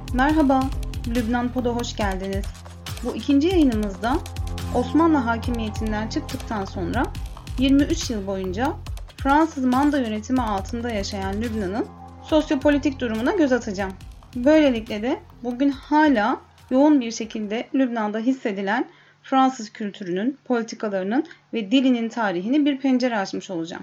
Merhaba, Lübnan Pod'a hoş geldiniz. Bu ikinci yayınımızda Osmanlı hakimiyetinden çıktıktan sonra 23 yıl boyunca Fransız manda yönetimi altında yaşayan Lübnan'ın sosyopolitik durumuna göz atacağım. Böylelikle de bugün hala yoğun bir şekilde Lübnan'da hissedilen Fransız kültürünün, politikalarının ve dilinin tarihini bir pencere açmış olacağım.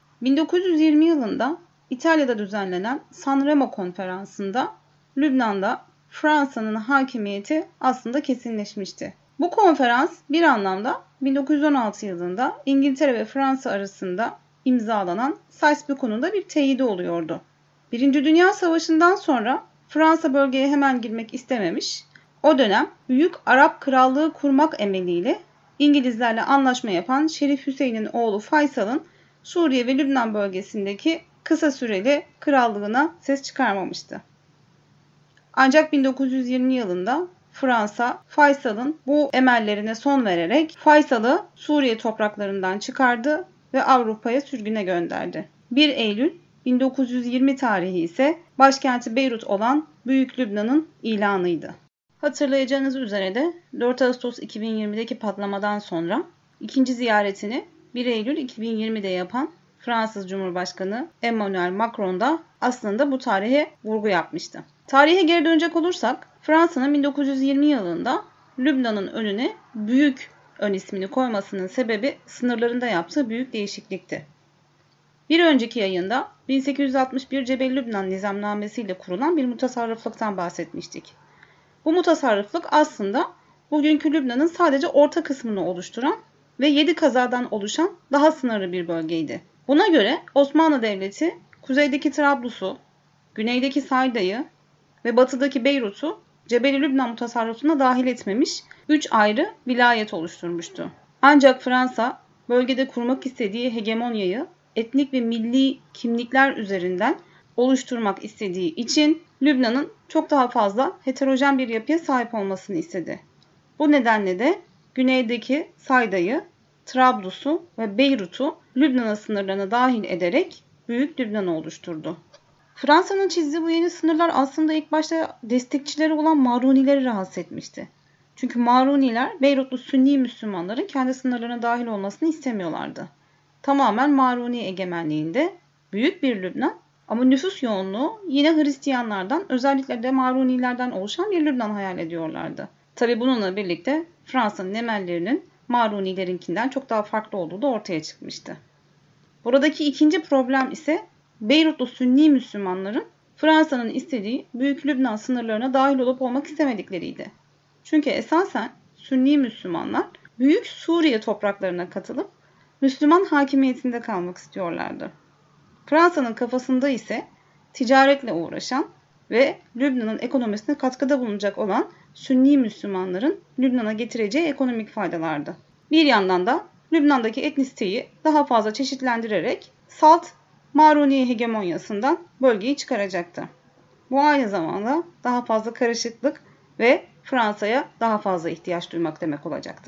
1920 yılında İtalya'da düzenlenen Sanremo Konferansı'nda Lübnan'da Fransa'nın hakimiyeti aslında kesinleşmişti. Bu konferans bir anlamda 1916 yılında İngiltere ve Fransa arasında imzalanan Sykes-Pico'nun da bir teyidi oluyordu. Birinci Dünya Savaşı'ndan sonra Fransa bölgeye hemen girmek istememiş. O dönem Büyük Arap Krallığı kurmak emeliyle İngilizlerle anlaşma yapan Şerif Hüseyin'in oğlu Faysal'ın Suriye ve Lübnan bölgesindeki kısa süreli krallığına ses çıkarmamıştı. Ancak 1920 yılında Fransa, Faysal'ın bu emellerine son vererek Faysal'ı Suriye topraklarından çıkardı ve Avrupa'ya sürgüne gönderdi. 1 Eylül 1920 tarihi ise başkenti Beyrut olan Büyük Lübnan'ın ilanıydı. Hatırlayacağınız üzere de 4 Ağustos 2020'deki patlamadan sonra ikinci ziyaretini 1 Eylül 2020'de yapan Fransız Cumhurbaşkanı Emmanuel Macron da aslında bu tarihe vurgu yapmıştı. Tarihe geri dönecek olursak Fransa'nın 1920 yılında Lübnan'ın önüne Büyük ön ismini koymasının sebebi sınırlarında yaptığı büyük değişiklikti. Bir önceki yayında 1861 Cebel Lübnan Nizamnamesi ile kurulan bir mutasarrıflıktan bahsetmiştik. Bu mutasarrıflık aslında bugünkü Lübnan'ın sadece orta kısmını oluşturan ve 7 kazadan oluşan daha sınırlı bir bölgeydi. Buna göre Osmanlı Devleti kuzeydeki Trablus'u, güneydeki Sayda'yı ve batıdaki Beyrut'u Cebeli Lübnan mutasarrıfına dahil etmemiş 3 ayrı vilayet oluşturmuştu. Ancak Fransa bölgede kurmak istediği hegemonyayı etnik ve milli kimlikler üzerinden oluşturmak istediği için Lübnan'ın çok daha fazla heterojen bir yapıya sahip olmasını istedi. Bu nedenle de güneydeki Sayda'yı, Trablus'u ve Beyrut'u Lübnan'ın sınırlarına dahil ederek Büyük Lübnan'ı oluşturdu. Fransa'nın çizdiği bu yeni sınırlar aslında ilk başta destekçileri olan Marunileri rahatsız etmişti. Çünkü Maruniler Beyrutlu Sünni Müslümanların kendi sınırlarına dahil olmasını istemiyorlardı. Tamamen Maruni egemenliğinde büyük bir Lübnan ama nüfus yoğunluğu yine Hristiyanlardan, özellikle de Marunilerden oluşan bir Lübnan hayal ediyorlardı. Tabi bununla birlikte Fransa'nın emellerinin Marunilerinkinden çok daha farklı olduğu da ortaya çıkmıştı. Buradaki ikinci problem ise Beyrutlu Sünni Müslümanların Fransa'nın istediği Büyük Lübnan sınırlarına dahil olup olmak istemedikleriydi. Çünkü esasen Sünni Müslümanlar Büyük Suriye topraklarına katılıp Müslüman hakimiyetinde kalmak istiyorlardı. Fransa'nın kafasında ise ticaretle uğraşan ve Lübnan'ın ekonomisine katkıda bulunacak olan Sünni Müslümanların Lübnan'a getireceği ekonomik faydalardı. Bir yandan da Lübnan'daki etnisiteyi daha fazla çeşitlendirerek salt Maruni hegemonyasından bölgeyi çıkaracaktı. Bu aynı zamanda daha fazla karışıklık ve Fransa'ya daha fazla ihtiyaç duymak demek olacaktı.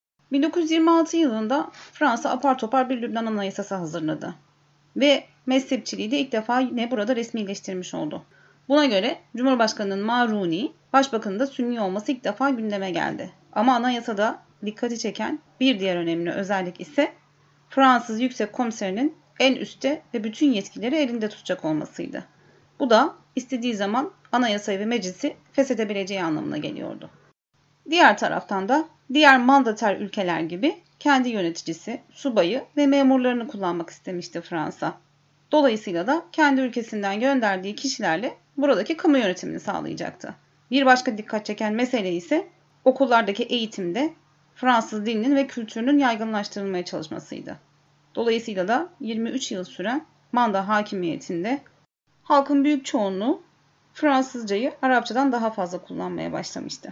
1926 yılında Fransa apar topar bir Lübnan Anayasası hazırladı ve mezhepçiliği de ilk defa yine burada resmileştirmiş oldu. Buna göre Cumhurbaşkanı'nın Maruni, Başbakanı'nın da Sünni olması ilk defa gündeme geldi. Ama anayasada dikkati çeken bir diğer önemli özellik ise Fransız Yüksek Komiserinin en üstte ve bütün yetkileri elinde tutacak olmasıydı. Bu da istediği zaman anayasayı ve meclisi feshedebileceği anlamına geliyordu. Diğer taraftan da diğer mandater ülkeler gibi kendi yöneticisi, subayı ve memurlarını kullanmak istemişti Fransa. Dolayısıyla da kendi ülkesinden gönderdiği kişilerle buradaki kamu yönetimini sağlayacaktı. Bir başka dikkat çeken mesele ise okullardaki eğitimde Fransız dilinin ve kültürünün yaygınlaştırılmaya çalışmasıydı. Dolayısıyla da 23 yıl süren manda hakimiyetinde halkın büyük çoğunluğu Fransızcayı Arapçadan daha fazla kullanmaya başlamıştı.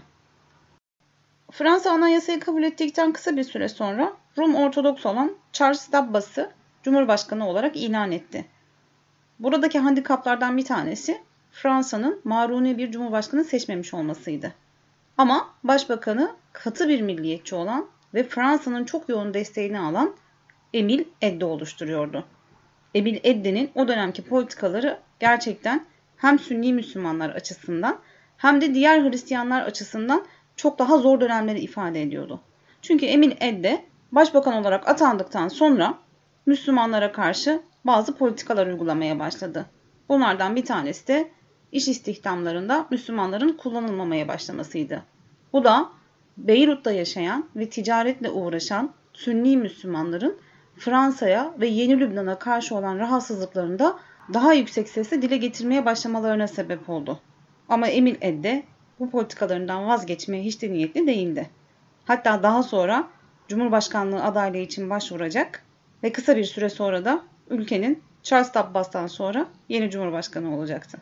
Fransa anayasayı kabul ettikten kısa bir süre sonra Rum Ortodoks olan Charles Dabbas'ı Cumhurbaşkanı olarak ilan etti. Buradaki handikaplardan bir tanesi Fransa'nın Maruni bir cumhurbaşkanı seçmemiş olmasıydı. Ama başbakanı katı bir milliyetçi olan ve Fransa'nın çok yoğun desteğini alan Emile Edde oluşturuyordu. Emile Edde'nin o dönemki politikaları gerçekten hem Sünni Müslümanlar açısından hem de diğer Hristiyanlar açısından çok daha zor dönemleri ifade ediyordu. Çünkü Emil Edde başbakan olarak atandıktan sonra Müslümanlara karşı bazı politikalar uygulamaya başladı. Bunlardan bir tanesi de iş istihdamlarında Müslümanların kullanılmamaya başlamasıydı. Bu da Beyrut'ta yaşayan ve ticaretle uğraşan Sünni Müslümanların Fransa'ya ve Yeni Lübnan'a karşı olan rahatsızlıklarını da daha yüksek sesle dile getirmeye başlamalarına sebep oldu. Ama Emil Edde bu politikalarından vazgeçmeye hiç de niyetli değildi. Hatta daha sonra Cumhurbaşkanlığı adaylığı için başvuracak ve kısa bir süre sonra da ülkenin Charles Tabbas'tan sonra yeni Cumhurbaşkanı olacaktı.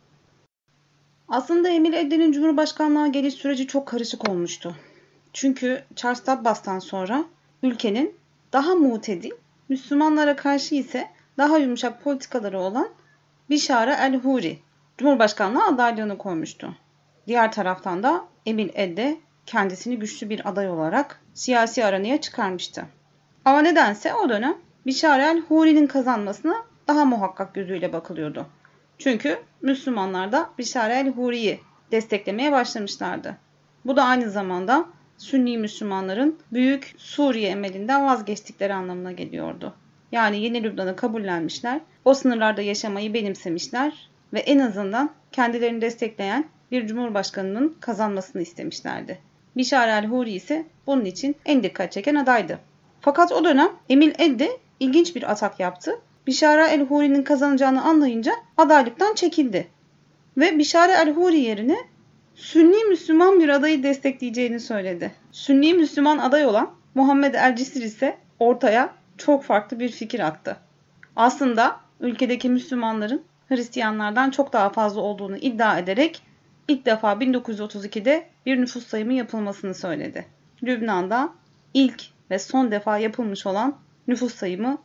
Aslında Emil Edde'nin Cumhurbaşkanlığa geliş süreci çok karışık olmuştu. Çünkü Charles Tabbas'tan sonra ülkenin daha mutedil, Müslümanlara karşı ise daha yumuşak politikaları olan Bişara el-Huri Cumhurbaşkanlığı adaylığını koymuştu. Diğer taraftan da Emil Edde kendisini güçlü bir aday olarak siyasi aranaya çıkarmıştı. Ama nedense o dönem Bişara el-Huri'nin kazanmasına daha muhakkak gözüyle bakılıyordu. Çünkü Müslümanlar da Bişara el-Huri'yi desteklemeye başlamışlardı. Bu da aynı zamanda Sünni Müslümanların Büyük Suriye emelinden vazgeçtikleri anlamına geliyordu. Yani Yeni Lübnan'ı kabullenmişler, o sınırlarda yaşamayı benimsemişler ve en azından kendilerini destekleyen bir cumhurbaşkanının kazanmasını istemişlerdi. Bişar el-Huri ise bunun için en dikkat çeken adaydı. Fakat o dönem Emil Edde ilginç bir atak yaptı. Bişara el-Huri'nin kazanacağını anlayınca adaylıktan çekildi. Ve Bişara el-Huri yerine Sünni Müslüman bir adayı destekleyeceğini söyledi. Sünni Müslüman aday olan Muhammed el-Cisir ise ortaya çok farklı bir fikir attı. Aslında ülkedeki Müslümanların Hristiyanlardan çok daha fazla olduğunu iddia ederek ilk defa 1932'de bir nüfus sayımı yapılmasını söyledi. Lübnan'da ilk ve son defa yapılmış olan nüfus sayımı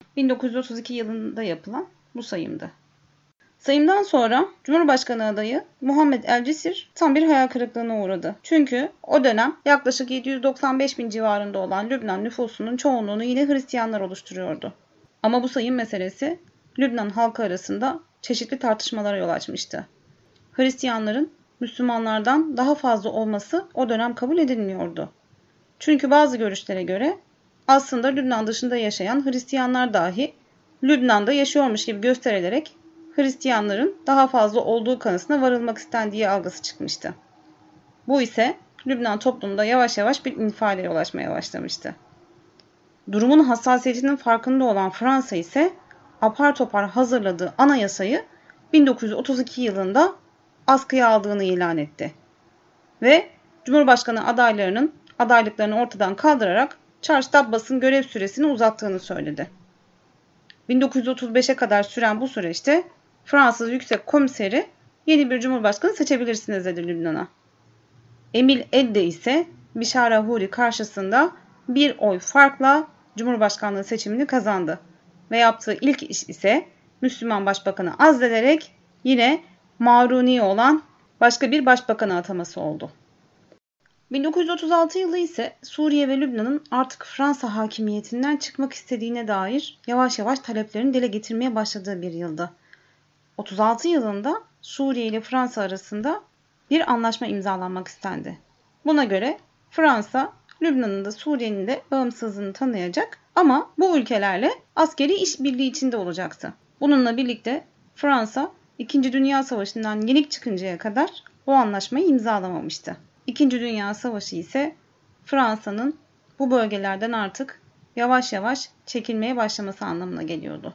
1932 yılında yapılan bu sayımdı. Sayımdan sonra Cumhurbaşkanı adayı Muhammed el-Cisir tam bir hayal kırıklığına uğradı. Çünkü o dönem yaklaşık 795 bin civarında olan Lübnan nüfusunun çoğunluğunu yine Hristiyanlar oluşturuyordu. Ama bu sayım meselesi Lübnan halkı arasında çeşitli tartışmalara yol açmıştı. Hristiyanların Müslümanlardan daha fazla olması o dönem kabul edilmiyordu. Çünkü bazı görüşlere göre aslında Lübnan dışında yaşayan Hristiyanlar dahi Lübnan'da yaşıyormuş gibi gösterilerek Hristiyanların daha fazla olduğu kanısına varılmak istendiği algısı çıkmıştı. Bu ise Lübnan toplumunda yavaş yavaş bir infiale yol açmaya başlamıştı. Durumun hassasiyetinin farkında olan Fransa ise apar topar hazırladığı anayasayı 1932 yılında askıya aldığını ilan etti. Ve Cumhurbaşkanı adaylarının adaylıklarını ortadan kaldırarak Charles Tabbas'ın görev süresini uzattığını söyledi. 1935'e kadar süren bu süreçte Fransız Yüksek Komiseri yeni bir cumhurbaşkanı seçebilirsiniz dedi Lübnan'a. Emil Edde ise Bişara Huri karşısında bir oy farkla Cumhurbaşkanlığı seçimini kazandı. Ve yaptığı ilk iş ise Müslüman Başbakanı azlederek yine Maruni olan başka bir başbakanı ataması oldu. 1936 yılı ise Suriye ve Lübnan'ın artık Fransa hakimiyetinden çıkmak istediğine dair yavaş yavaş taleplerini dile getirmeye başladığı bir yıldı. 36 yılında Suriye ile Fransa arasında bir anlaşma imzalanmak istendi. Buna göre Fransa, Lübnan'ın da Suriye'nin de bağımsızlığını tanıyacak ama bu ülkelerle askeri işbirliği içinde olacaktı. Bununla birlikte Fransa, 2. Dünya Savaşı'ndan yenik çıkıncaya kadar o anlaşmayı imzalamamıştı. 2. Dünya Savaşı ise Fransa'nın bu bölgelerden artık yavaş yavaş çekilmeye başlaması anlamına geliyordu.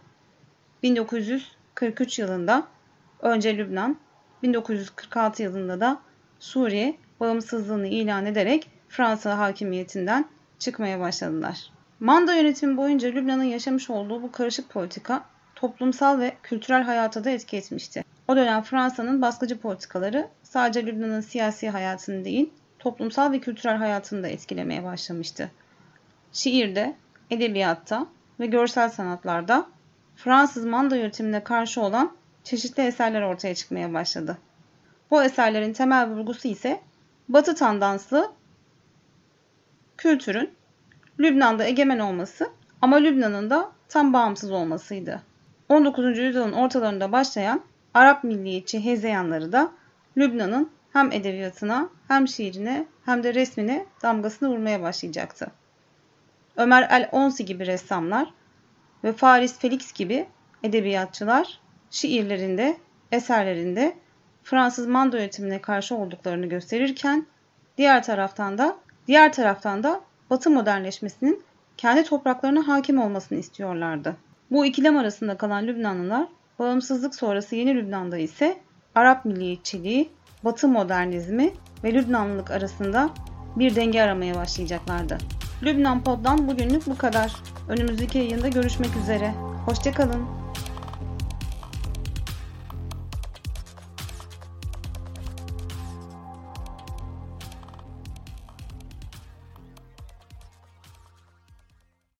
1943 yılında önce Lübnan, 1946 yılında da Suriye bağımsızlığını ilan ederek Fransa hakimiyetinden çıkmaya başladılar. Manda yönetimi boyunca Lübnan'ın yaşamış olduğu bu karışık politika toplumsal ve kültürel hayata da etki etmişti. O dönem Fransa'nın baskıcı politikaları sadece Lübnan'ın siyasi hayatını değil, toplumsal ve kültürel hayatını da etkilemeye başlamıştı. Şiirde, edebiyatta ve görsel sanatlarda Fransız manda yönetimine karşı olan çeşitli eserler ortaya çıkmaya başladı. Bu eserlerin temel vurgusu ise Batı tandanslı kültürün Lübnan'da egemen olması ama Lübnan'ın da tam bağımsız olmasıydı. 19. yüzyılın ortalarında başlayan Arap milliyetçi hezeyanları da Lübnan'ın hem edebiyatına, hem şiirine, hem de resmine damgasını vurmaya başlayacaktı. Ömer el-Onsi gibi ressamlar ve Faris Felix gibi edebiyatçılar şiirlerinde, eserlerinde Fransız manda yönetimine karşı olduklarını gösterirken diğer taraftan da Batı modernleşmesinin kendi topraklarına hakim olmasını istiyorlardı. Bu ikilem arasında kalan Lübnanlılar, bağımsızlık sonrası yeni Lübnan'da ise Arap milliyetçiliği, Batı modernizmi ve Lübnanlılık arasında bir denge aramaya başlayacaklardı. Lübnan Pod'dan bugünlük bu kadar. Önümüzdeki yayında görüşmek üzere. Hoşça kalın.